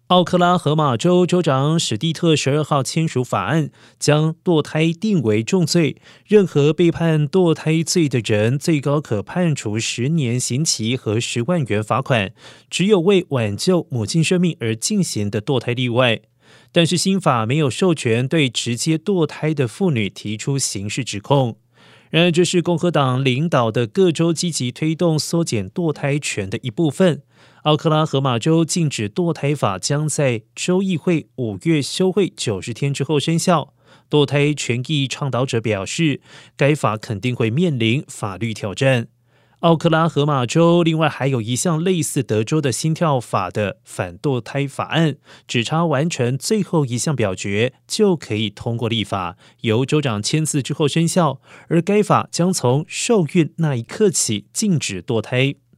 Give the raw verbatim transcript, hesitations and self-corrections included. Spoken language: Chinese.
奥克拉荷马州州长史蒂特十二号签署法案，将堕胎定为重罪。任何被判堕胎罪的人，最高可判处十年刑期和十万元罚款。只有为挽救母亲生命而进行的堕胎例外。但是新法没有授权对直接堕胎的妇女提出刑事指控。然而，这是共和党领导的各州积极推动缩减堕胎权的一部分。奥克拉荷马州禁止堕胎法将在州议会五月休会九十天之后生效。堕胎权益倡导者表示，该法肯定会面临法律挑战。奥克拉荷马州另外还有一项类似德州的心跳法的反堕胎法案，只差完成最后一项表决就可以通过立法，由州长签字之后生效，而该法将从受孕那一刻起禁止堕胎。